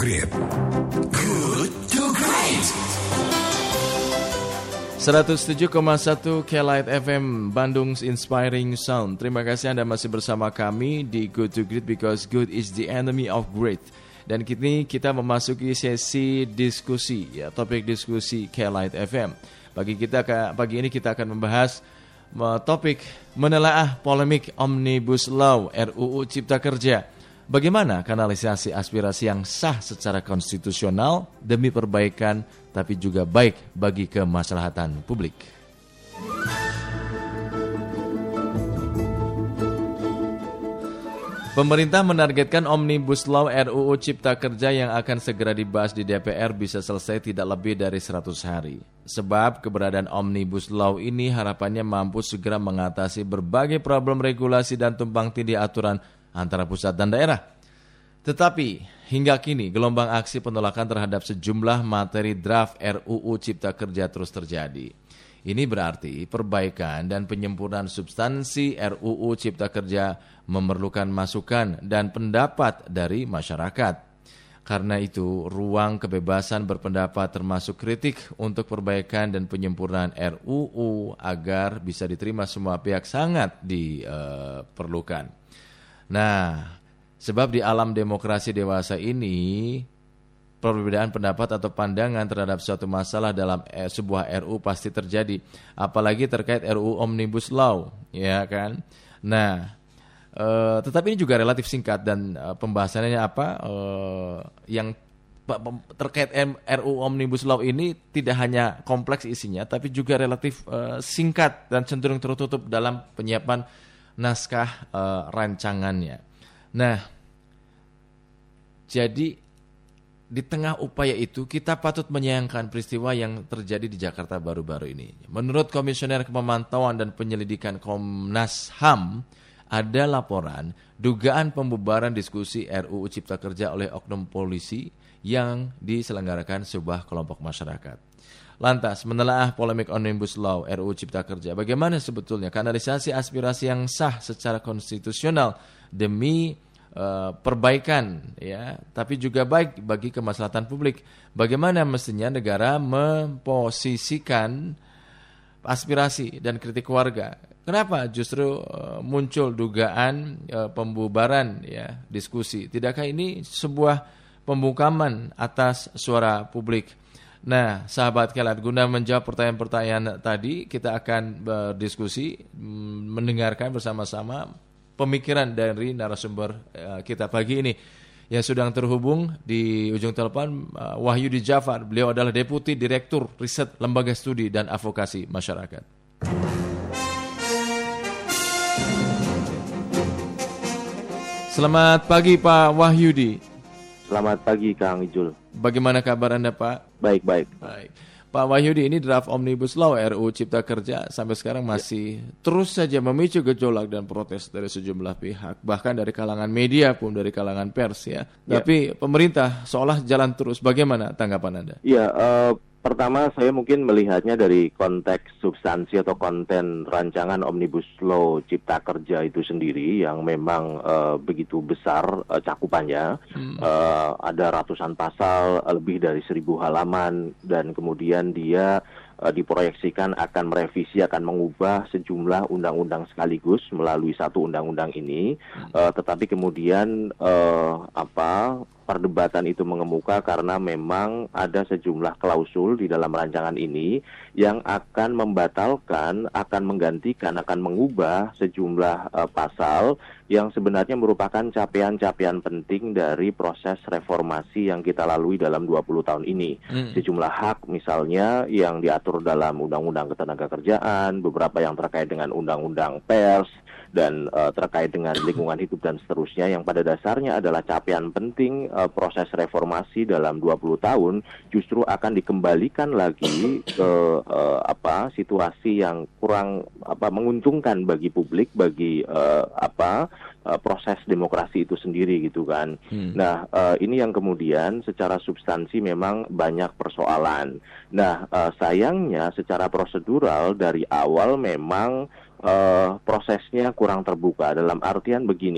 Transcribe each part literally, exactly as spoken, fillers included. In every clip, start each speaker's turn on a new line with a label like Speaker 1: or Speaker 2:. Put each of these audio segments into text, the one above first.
Speaker 1: Great. Good to Great.
Speaker 2: seratus tujuh koma satu K-Light F M Bandung's Inspiring Sound. Terima kasih Anda masih bersama kami di Good to Great because good is the enemy of great. Dan kini kita memasuki sesi diskusi, ya, topik diskusi K-Light F M. Pagi kita pagi ini kita akan membahas uh, topik menelaah polemik Omnibus Law R U U Cipta Kerja. Bagaimana kanalisasi aspirasi yang sah secara konstitusional demi perbaikan tapi juga baik bagi kemaslahatan publik. Pemerintah menargetkan Omnibus Law R U U Cipta Kerja yang akan segera dibahas di D P R bisa selesai tidak lebih dari seratus hari. Sebab keberadaan Omnibus Law ini harapannya mampu segera mengatasi berbagai problem regulasi dan tumpang tindih aturan antara pusat dan daerah. Tetapi hingga kini gelombang aksi penolakan terhadap sejumlah materi draft R U U Cipta Kerja terus terjadi. Ini berarti perbaikan dan penyempurnaan substansi R U U Cipta Kerja memerlukan masukan dan pendapat dari masyarakat. Karena itu, ruang kebebasan berpendapat termasuk kritik untuk perbaikan dan penyempurnaan R U U agar bisa diterima semua pihak sangat diperlukan. Nah, sebab di alam demokrasi dewasa ini, perbedaan pendapat atau pandangan terhadap suatu masalah dalam eh, sebuah R U U pasti terjadi, apalagi terkait R U U Omnibus Law, ya kan? Nah, eh, tetapi ini juga relatif singkat dan eh, pembahasannya apa? Eh, yang terkait R U U Omnibus Law ini tidak hanya kompleks isinya, tapi juga relatif eh, singkat dan cenderung tertutup dalam penyiapan naskah eh, rancangannya. Nah, jadi di tengah upaya itu kita patut menyayangkan peristiwa yang terjadi di Jakarta baru-baru ini. Menurut Komisioner Pemantauan dan Penyelidikan Komnas H A M, ada laporan dugaan pembubaran diskusi R U U Cipta Kerja oleh oknum polisi yang diselenggarakan sebuah kelompok masyarakat. Lantas, menelaah polemik Omnibus Law R U U Cipta Kerja, bagaimana sebetulnya kanalisasi aspirasi yang sah secara konstitusional demi Uh, perbaikan, ya, tapi juga baik bagi kemaslahatan publik. Bagaimana mestinya negara memposisikan aspirasi dan kritik warga? Kenapa justru uh, muncul dugaan uh, pembubaran, ya, diskusi? Tidakkah ini sebuah pembungkaman atas suara publik? Nah, sahabat K-Light, guna menjawab pertanyaan-pertanyaan tadi, kita akan berdiskusi, mendengarkan bersama-sama pemikiran dari narasumber uh, kita pagi ini yang sedang terhubung di ujung telepon, uh, Wahyudi Jafar. Beliau adalah Deputi Direktur Riset Lembaga Studi dan Advokasi Masyarakat. Selamat pagi Pak Wahyudi.
Speaker 3: Selamat pagi Kang Ijul.
Speaker 2: Bagaimana kabar Anda Pak?
Speaker 3: Baik, baik.
Speaker 2: Baik. Pak Wahyudi, ini draft Omnibus Law R U U Cipta Kerja sampai sekarang masih ya. terus saja memicu gejolak dan protes dari sejumlah pihak, bahkan dari kalangan media pun, dari kalangan pers, ya. ya. Tapi pemerintah seolah jalan terus. Bagaimana tanggapan Anda?
Speaker 3: Ya, uh, pertama saya mungkin melihatnya dari konteks substansi atau konten rancangan Omnibus Law Cipta Kerja itu sendiri yang memang uh, begitu besar uh, cakupannya. Hmm. Uh, ada ratusan pasal, uh, lebih dari seribu halaman, dan kemudian dia uh, diproyeksikan akan merevisi, akan mengubah sejumlah undang-undang sekaligus melalui satu undang-undang ini. Hmm. Uh, tetapi kemudian uh, apa? perdebatan itu mengemuka karena memang ada sejumlah klausul di dalam rancangan ini yang akan membatalkan, akan menggantikan, akan mengubah sejumlah uh, pasal yang sebenarnya merupakan capaian-capaian penting dari proses reformasi yang kita lalui dalam dua puluh tahun ini. Hmm. Sejumlah hak misalnya yang diatur dalam Undang-Undang Ketenagakerjaan, beberapa yang terkait dengan Undang-Undang Pers, dan uh, terkait dengan lingkungan hidup dan seterusnya, yang pada dasarnya adalah capaian penting uh, proses reformasi dalam dua puluh tahun, justru akan dikembalikan lagi ke uh, apa situasi yang kurang apa menguntungkan bagi publik, bagi uh, apa uh, proses demokrasi itu sendiri, gitu kan. Hmm. Nah, uh, ini yang kemudian secara substansi memang banyak persoalan. Nah, uh, sayangnya secara prosedural dari awal memang Uh, prosesnya kurang terbuka, dalam artian begini,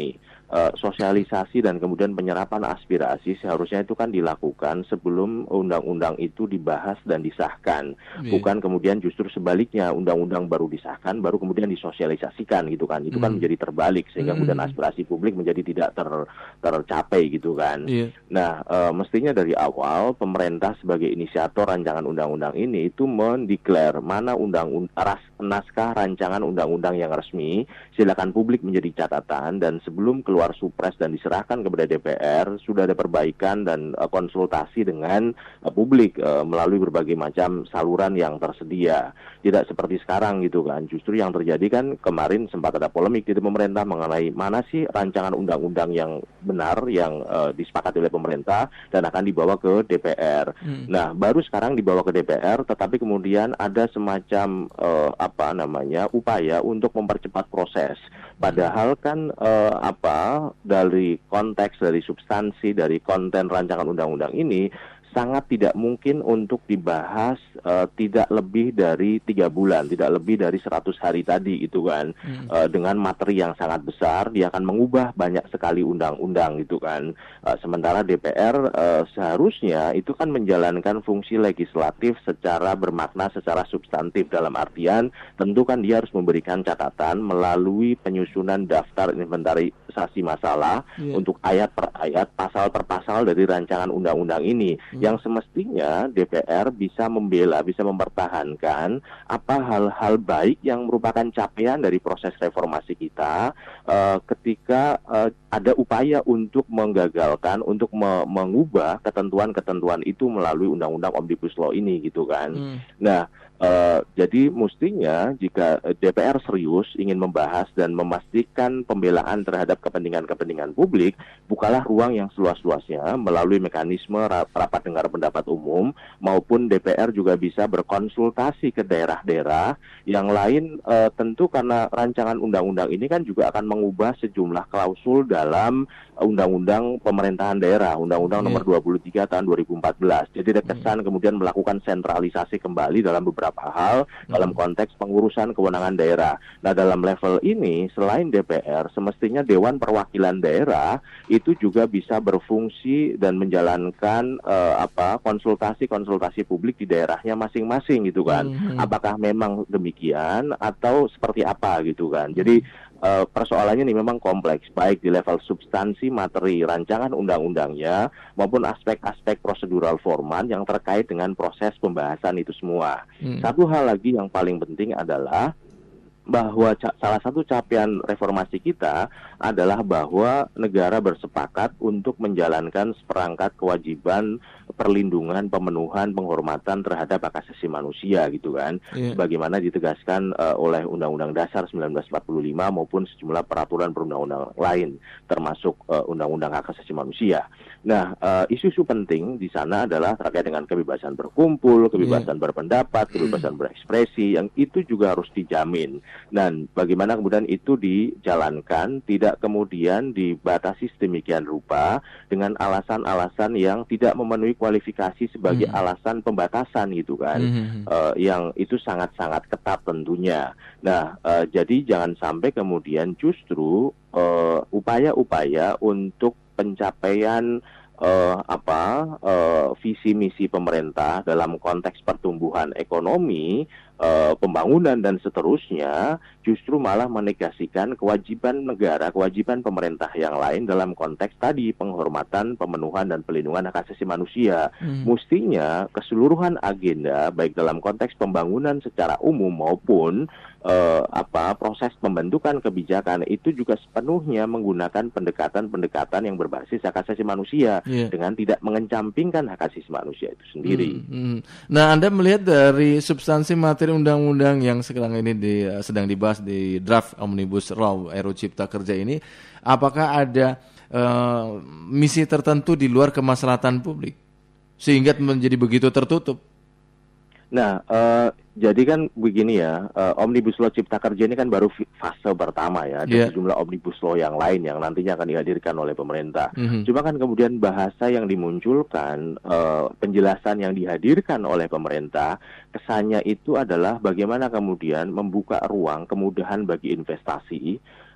Speaker 3: uh, sosialisasi dan kemudian penyerapan aspirasi seharusnya itu kan dilakukan sebelum undang-undang itu dibahas dan disahkan, yeah. bukan kemudian justru sebaliknya undang-undang baru disahkan baru kemudian disosialisasikan gitu kan, itu mm. kan menjadi terbalik sehingga mm. kemudian aspirasi publik menjadi tidak ter, tercapai gitu kan. Yeah. Nah uh, mestinya dari awal pemerintah sebagai inisiator rancangan undang-undang ini itu mendeklar mana undang ras, naskah rancangan undang-undang yang resmi silakan publik menjadi catatan, dan sebelum keluar supres dan diserahkan kepada D P R sudah ada perbaikan dan uh, konsultasi dengan uh, publik uh, melalui berbagai macam saluran yang tersedia. Tidak seperti sekarang gitu kan. Justru yang terjadi kan kemarin sempat ada polemik di pemerintah mengenai mana sih rancangan undang-undang yang benar yang uh, disepakati oleh pemerintah dan akan dibawa ke D P R. Hmm. Nah, baru sekarang dibawa ke D P R, tetapi kemudian ada semacam uh, apa namanya upaya untuk mempercepat proses. Padahal kan uh, apa dari konteks, dari substansi, dari konten rancangan undang-undang ini sangat tidak mungkin untuk dibahas uh, tidak lebih dari tiga bulan, tidak lebih dari seratus hari tadi gitu kan. Hmm. Uh, dengan materi yang sangat besar, dia akan mengubah banyak sekali undang-undang gitu kan. Uh, sementara D P R uh, seharusnya itu kan menjalankan fungsi legislatif secara bermakna, secara substantif, dalam artian tentu kan dia harus memberikan catatan melalui penyusunan daftar inventarisasi masalah yeah. untuk ayat per ayat, pasal per pasal dari rancangan undang-undang ini. Hmm. Yang semestinya D P R bisa membela, bisa mempertahankan apa hal-hal baik yang merupakan capaian dari proses reformasi kita uh, ketika uh, ada upaya untuk menggagalkan, untuk me- mengubah ketentuan-ketentuan itu melalui undang-undang Omnibus Law ini gitu kan. Hmm. Nah, Uh, jadi mestinya jika D P R serius ingin membahas dan memastikan pembelaan terhadap kepentingan-kepentingan publik, bukalah ruang yang seluas-luasnya melalui mekanisme rapat dengar pendapat umum, maupun D P R juga bisa berkonsultasi ke daerah-daerah yang lain. Uh, tentu karena rancangan undang-undang ini kan juga akan mengubah sejumlah klausul dalam undang-undang pemerintahan daerah, undang-undang yeah. nomor dua puluh tiga tahun dua ribu empat belas. Jadi terkesan hmm. kemudian melakukan sentralisasi kembali dalam beberapa beberapa hal hmm. dalam konteks pengurusan kewenangan daerah. Nah, dalam level ini selain D P R, semestinya Dewan Perwakilan Daerah itu juga bisa berfungsi dan menjalankan uh, apa konsultasi-konsultasi publik di daerahnya masing-masing gitu kan. Hmm. Apakah memang demikian atau seperti apa gitu kan. Jadi Uh, persoalannya ini memang kompleks, baik di level substansi materi rancangan undang-undangnya maupun aspek-aspek prosedural formal yang terkait dengan proses pembahasan itu semua. Hmm. Satu hal lagi yang paling penting adalah bahwa ca- salah satu capaian reformasi kita adalah bahwa negara bersepakat untuk menjalankan seperangkat kewajiban perlindungan, pemenuhan, penghormatan terhadap hak asasi manusia gitu kan, yeah. sebagaimana ditegaskan uh, oleh Undang-Undang Dasar seribu sembilan ratus empat puluh lima maupun sejumlah peraturan perundang-undang lain, termasuk uh, Undang-Undang Hak Asasi Manusia. Nah, uh, isu-isu penting di sana adalah terkait dengan kebebasan berkumpul, kebebasan yeah. berpendapat, kebebasan berekspresi, yang itu juga harus dijamin. Dan bagaimana kemudian itu dijalankan, tidak kemudian dibatasi sedemikian rupa dengan alasan-alasan yang tidak memenuhi kualifikasi sebagai hmm. alasan pembatasan gitu kan, hmm. uh, yang itu sangat-sangat ketat tentunya. Nah, uh, jadi jangan sampai kemudian justru uh, upaya-upaya untuk pencapaian Uh, apa uh, visi misi pemerintah dalam konteks pertumbuhan ekonomi, uh, pembangunan dan seterusnya justru malah menegasikan kewajiban negara, kewajiban pemerintah yang lain dalam konteks tadi penghormatan, pemenuhan dan pelindungan hak asasi manusia. Hmm. Mestinya keseluruhan agenda baik dalam konteks pembangunan secara umum maupun uh, apa proses pembentukan kebijakan itu juga sepenuhnya menggunakan pendekatan-pendekatan yang berbasis hak asasi manusia. Yeah. Dengan tidak mengecampingkan hak asasi manusia itu sendiri.
Speaker 2: Hmm, hmm. Nah, Anda melihat dari substansi materi undang-undang yang sekarang ini di, sedang dibahas di draft Omnibus Law R U U Cipta Kerja ini, apakah ada uh, misi tertentu di luar kemaslahatan publik sehingga menjadi begitu tertutup?
Speaker 3: Nah, uh, jadi kan begini ya, uh, Omnibus Law Cipta Kerja ini kan baru fase pertama ya, ada yeah. sejumlah Omnibus Law yang lain yang nantinya akan dihadirkan oleh pemerintah. Mm-hmm. Cuma kan kemudian bahasa yang dimunculkan, uh, penjelasan yang dihadirkan oleh pemerintah, kesannya itu adalah bagaimana kemudian membuka ruang kemudahan bagi investasi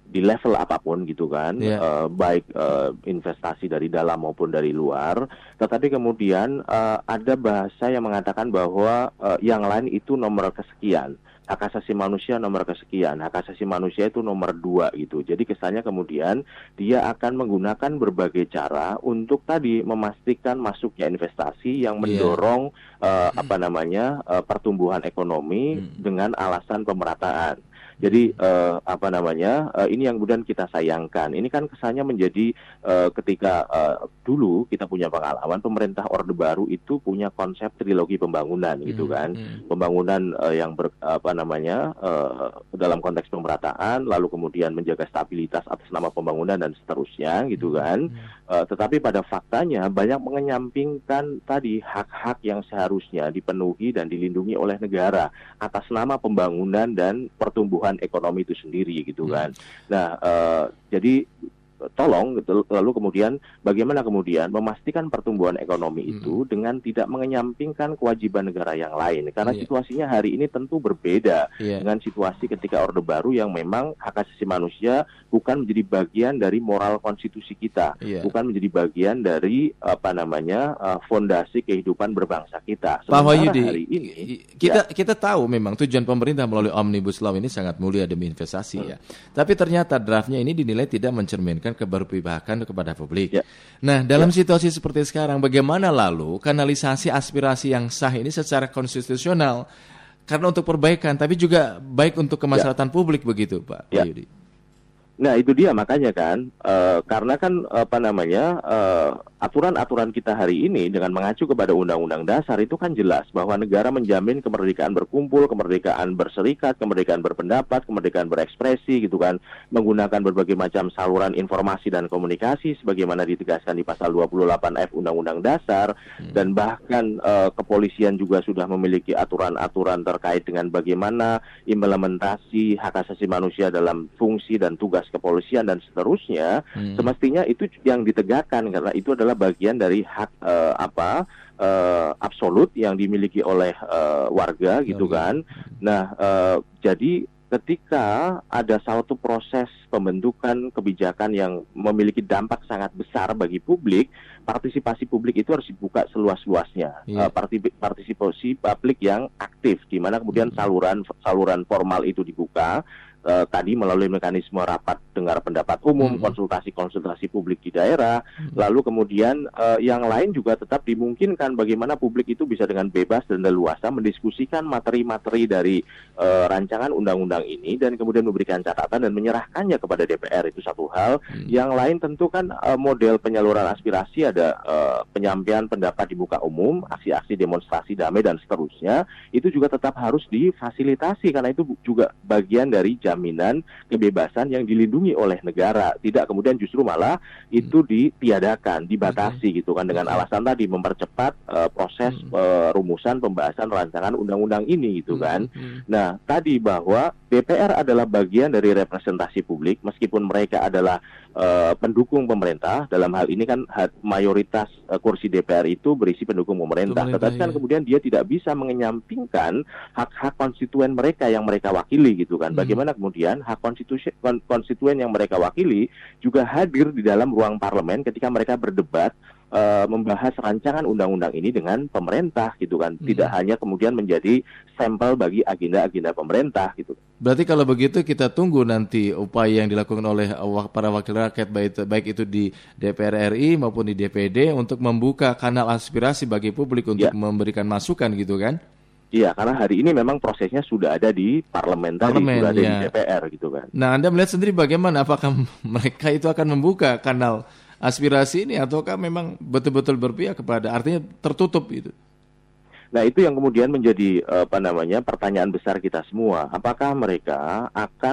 Speaker 3: di level apapun gitu kan,
Speaker 2: Yeah.
Speaker 3: uh, baik uh, investasi dari dalam maupun dari luar. Tetapi kemudian uh, ada bahasa yang mengatakan bahwa uh, yang lain itu nomor kesekian. Hak asasi manusia nomor kesekian, hak asasi manusia itu nomor dua gitu. Jadi kesannya kemudian dia akan menggunakan berbagai cara untuk tadi memastikan masuknya investasi yang mendorong yeah. uh, apa namanya uh, pertumbuhan ekonomi hmm. dengan alasan pemerataan. Jadi uh, apa namanya uh, ini yang kemudian kita sayangkan. Ini kan kesannya menjadi uh, ketika uh, dulu kita punya pengalaman pemerintah Orde Baru itu punya konsep trilogi pembangunan gitu kan, hmm. pembangunan uh, yang ber, apa namanya uh, dalam konteks pemerataan, lalu kemudian menjaga stabilitas atas nama pembangunan dan seterusnya gitu kan. Hmm. Uh, tetapi pada faktanya banyak mengenyampingkan tadi hak-hak yang seharusnya dipenuhi dan dilindungi oleh negara atas nama pembangunan dan pertumbuhan ekonomi itu sendiri gitu kan. Nah, uh, jadi tolong gitu, lalu kemudian bagaimana kemudian memastikan pertumbuhan ekonomi itu hmm. dengan tidak mengenyampingkan kewajiban negara yang lain, karena yeah. situasinya hari ini tentu berbeda yeah. dengan situasi ketika Orde Baru yang memang hak asasi manusia bukan menjadi bagian dari moral konstitusi kita, yeah. bukan menjadi bagian dari apa namanya uh, fondasi kehidupan berbangsa kita.
Speaker 2: Pak Wahyudi, hari ini kita ya. kita tahu memang tujuan pemerintah melalui Omnibus Law ini sangat mulia demi investasi hmm. ya, tapi ternyata draftnya ini dinilai tidak mencerminkan keberpihakan kepada publik. Ya. Nah, dalam ya. situasi seperti sekarang, bagaimana lalu kanalisasi aspirasi yang sah ini secara konstitusional karena untuk perbaikan, tapi juga baik untuk kemaslahatan ya. publik begitu, Pak
Speaker 3: ya.
Speaker 2: Yudi?
Speaker 3: Nah, itu dia makanya kan, uh, karena kan apa namanya uh, aturan-aturan kita hari ini dengan mengacu kepada Undang-Undang Dasar itu kan jelas bahwa negara menjamin kemerdekaan berkumpul, kemerdekaan berserikat, kemerdekaan berpendapat, kemerdekaan berekspresi gitu kan, menggunakan berbagai macam saluran informasi dan komunikasi sebagaimana ditegaskan di pasal dua puluh delapan F Undang-Undang Dasar, hmm. dan bahkan uh, kepolisian juga sudah memiliki aturan-aturan terkait dengan bagaimana implementasi hak asasi manusia dalam fungsi dan tugas kepolisian dan seterusnya. Hmm. Semestinya itu yang ditegakkan karena itu adalah bagian dari hak uh, apa uh, absolut yang dimiliki oleh uh, warga gitu kan. Nah, uh, jadi ketika ada suatu proses pembentukan kebijakan yang memiliki dampak sangat besar bagi publik, partisipasi publik itu harus dibuka seluas-luasnya. Yeah. Uh, partisipasi publik yang aktif, di mana kemudian saluran saluran formal itu dibuka. Uh, tadi melalui mekanisme rapat dengar pendapat umum, mm-hmm. konsultasi-konsultasi publik di daerah, mm-hmm. lalu kemudian uh, yang lain juga tetap dimungkinkan bagaimana publik itu bisa dengan bebas dan leluasa mendiskusikan materi-materi dari uh, rancangan undang-undang ini dan kemudian memberikan catatan dan menyerahkannya kepada D P R, itu satu hal. Mm-hmm. Yang lain tentu kan uh, model penyaluran aspirasi ada uh, penyampaian pendapat di muka umum, aksi-aksi demonstrasi damai dan seterusnya, itu juga tetap harus difasilitasi karena itu juga bagian dari jaminan kebebasan yang dilindungi oleh negara, tidak kemudian justru malah itu ditiadakan, dibatasi gitu kan dengan alasan tadi mempercepat uh, proses uh, rumusan pembahasan rancangan undang-undang ini gitu kan. Nah, tadi bahwa D P R adalah bagian dari representasi publik meskipun mereka adalah uh, pendukung pemerintah, dalam hal ini kan mayoritas uh, kursi D P R itu berisi pendukung pemerintah, pemerintah tetapi kan iya. kemudian dia tidak bisa mengenyampingkan hak-hak konstituen mereka yang mereka wakili gitu kan. Hmm. Bagaimana kemudian hak konstitusi, konstituen yang mereka wakili juga hadir di dalam ruang parlemen ketika mereka berdebat uh, membahas rancangan undang-undang ini dengan pemerintah gitu kan. Tidak hmm. hanya kemudian menjadi sampel bagi agenda-agenda pemerintah gitu.
Speaker 2: Berarti kalau begitu kita tunggu nanti upaya yang dilakukan oleh para wakil rakyat baik itu, baik itu di D P R R I maupun di D P D untuk membuka kanal aspirasi bagi publik untuk ya. memberikan masukan gitu kan.
Speaker 3: Iya, karena hari ini memang prosesnya sudah ada di parlemen,
Speaker 2: parlemen
Speaker 3: tadi, sudah ada
Speaker 2: ya.
Speaker 3: di D P R gitu kan.
Speaker 2: Nah, Anda melihat sendiri bagaimana, apakah mereka itu akan membuka kanal aspirasi ini ataukah memang betul-betul berpihak kepada, artinya tertutup itu?
Speaker 3: Nah, itu yang kemudian menjadi apa namanya pertanyaan besar kita semua. Apakah mereka akan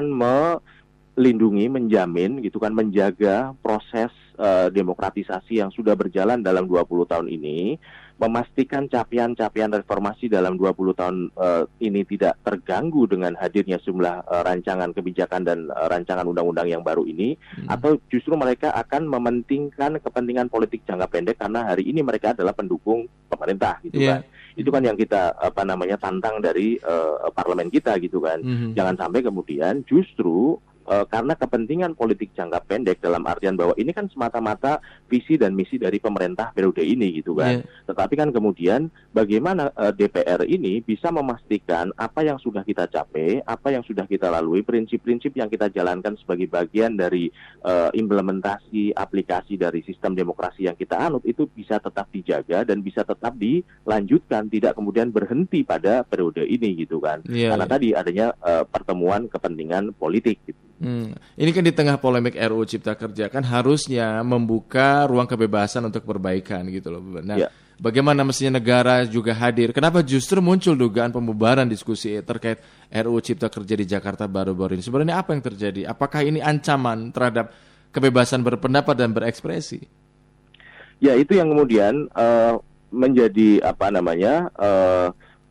Speaker 3: melindungi, menjamin gitu kan, menjaga proses uh, demokratisasi yang sudah berjalan dalam dua puluh tahun ini, memastikan capaian-capaian reformasi dalam dua puluh tahun uh, ini tidak terganggu dengan hadirnya sejumlah uh, rancangan kebijakan dan uh, rancangan undang-undang yang baru ini, hmm. atau justru mereka akan mementingkan kepentingan politik jangka pendek karena hari ini mereka adalah pendukung pemerintah gitu yeah. kan. Itu kan yang kita apa namanya tantang dari uh, parlemen kita gitu kan. Hmm. Jangan sampai kemudian justru uh, karena kepentingan politik jangka pendek dalam artian bahwa ini kan semata-mata visi dan misi dari pemerintah periode ini gitu kan. Yeah. Tetapi kan kemudian bagaimana uh, D P R ini bisa memastikan apa yang sudah kita capai, apa yang sudah kita lalui, prinsip-prinsip yang kita jalankan sebagai bagian dari uh, implementasi aplikasi dari sistem demokrasi yang kita anut itu bisa tetap dijaga dan bisa tetap dilanjutkan, tidak kemudian berhenti pada periode ini gitu kan. Yeah. Karena tadi adanya uh, pertemuan kepentingan politik gitu.
Speaker 2: Hmm. Ini kan di tengah polemik R U U Cipta Kerja kan harusnya membuka ruang kebebasan untuk perbaikan gitu loh. Nah, yeah. Bagaimana mestinya negara juga hadir? Kenapa justru muncul dugaan pembubaran diskusi terkait R U U Cipta Kerja di Jakarta baru-baru ini? Sebenarnya apa yang terjadi? Apakah ini ancaman terhadap kebebasan berpendapat dan berekspresi?
Speaker 3: Ya, itu yang kemudian uh, menjadi apa namanya uh,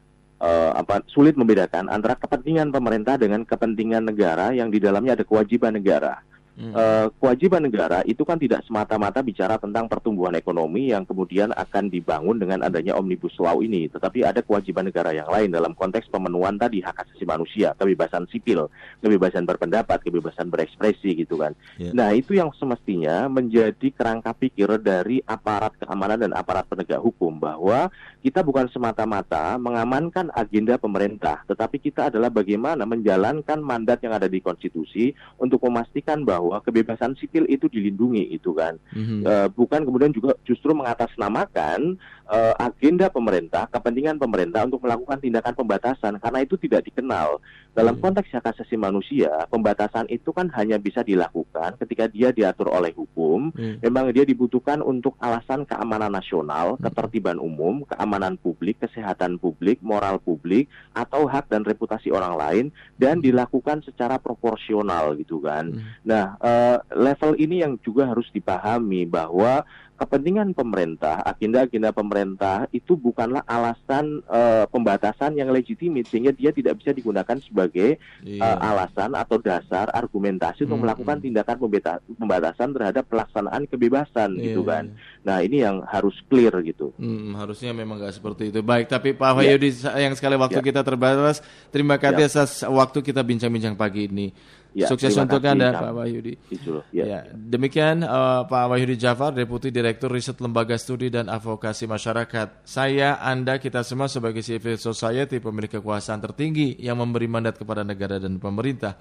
Speaker 3: uh, apa sulit membedakan antara kepentingan pemerintah dengan kepentingan negara yang di dalamnya ada kewajiban negara. Hmm. Uh, kewajiban negara itu kan tidak semata-mata bicara tentang pertumbuhan ekonomi yang kemudian akan dibangun dengan adanya Omnibus Law ini, tetapi ada kewajiban negara yang lain dalam konteks pemenuhan tadi hak asasi manusia, kebebasan sipil, kebebasan berpendapat, kebebasan berekspresi gitu kan. Yeah. Nah, itu yang semestinya menjadi kerangka pikir dari aparat keamanan dan aparat penegak hukum, bahwa kita bukan semata-mata mengamankan agenda pemerintah, tetapi kita adalah bagaimana menjalankan mandat yang ada di konstitusi untuk memastikan bahwa bahwa kebebasan sipil itu dilindungi itu kan, mm-hmm. uh, bukan kemudian juga justru mengatasnamakan uh, agenda pemerintah, kepentingan pemerintah untuk melakukan tindakan pembatasan, karena itu tidak dikenal dalam konteks hak asasi manusia. Pembatasan itu kan hanya bisa dilakukan ketika dia diatur oleh hukum, mm. memang dia dibutuhkan untuk alasan keamanan nasional, mm. ketertiban umum, keamanan publik, kesehatan publik, moral publik, atau hak dan reputasi orang lain, dan dilakukan secara proporsional gitu kan. Mm. Nah, Uh, level ini yang juga harus dipahami bahwa kepentingan pemerintah, agenda-agenda pemerintah itu bukanlah alasan uh, pembatasan yang legitimit, sehingga dia tidak bisa digunakan sebagai yeah. uh, alasan atau dasar argumentasi untuk mm-hmm. melakukan tindakan pembeta- pembatasan terhadap pelaksanaan kebebasan yeah. gitu kan. Nah, ini yang harus clear gitu.
Speaker 2: Hmm, harusnya memang nggak seperti itu. Baik, tapi Pak Wahyudi, yeah. yang sekali waktu yeah. kita terbatas, terima kasih yeah. atas waktu kita bincang-bincang pagi ini. Ya, sukses untuk Anda, Pak Wahyudi.
Speaker 3: Ya.
Speaker 2: Ya, demikian uh, Pak Wahyudi Jafar, Deputi Direktur Riset Lembaga Studi dan Advokasi Masyarakat. Saya, Anda, kita semua sebagai civil society, pemilik kekuasaan tertinggi yang memberi mandat kepada negara dan pemerintah.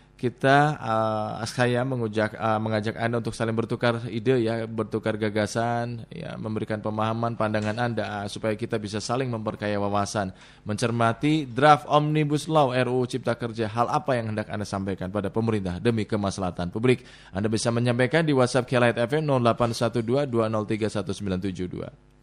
Speaker 2: Kita, uh, saya mengujak, uh, mengajak Anda untuk saling bertukar ide, ya, bertukar gagasan, ya, memberikan pemahaman pandangan Anda uh, supaya kita bisa saling memperkaya wawasan, mencermati draft Omnibus Law R U U Cipta Kerja. Hal apa yang hendak Anda sampaikan pada pemerintah demi kemaslahatan publik? Anda bisa menyampaikan di WhatsApp Kelight F M nol delapan satu dua dua nol tiga satu sembilan tujuh dua.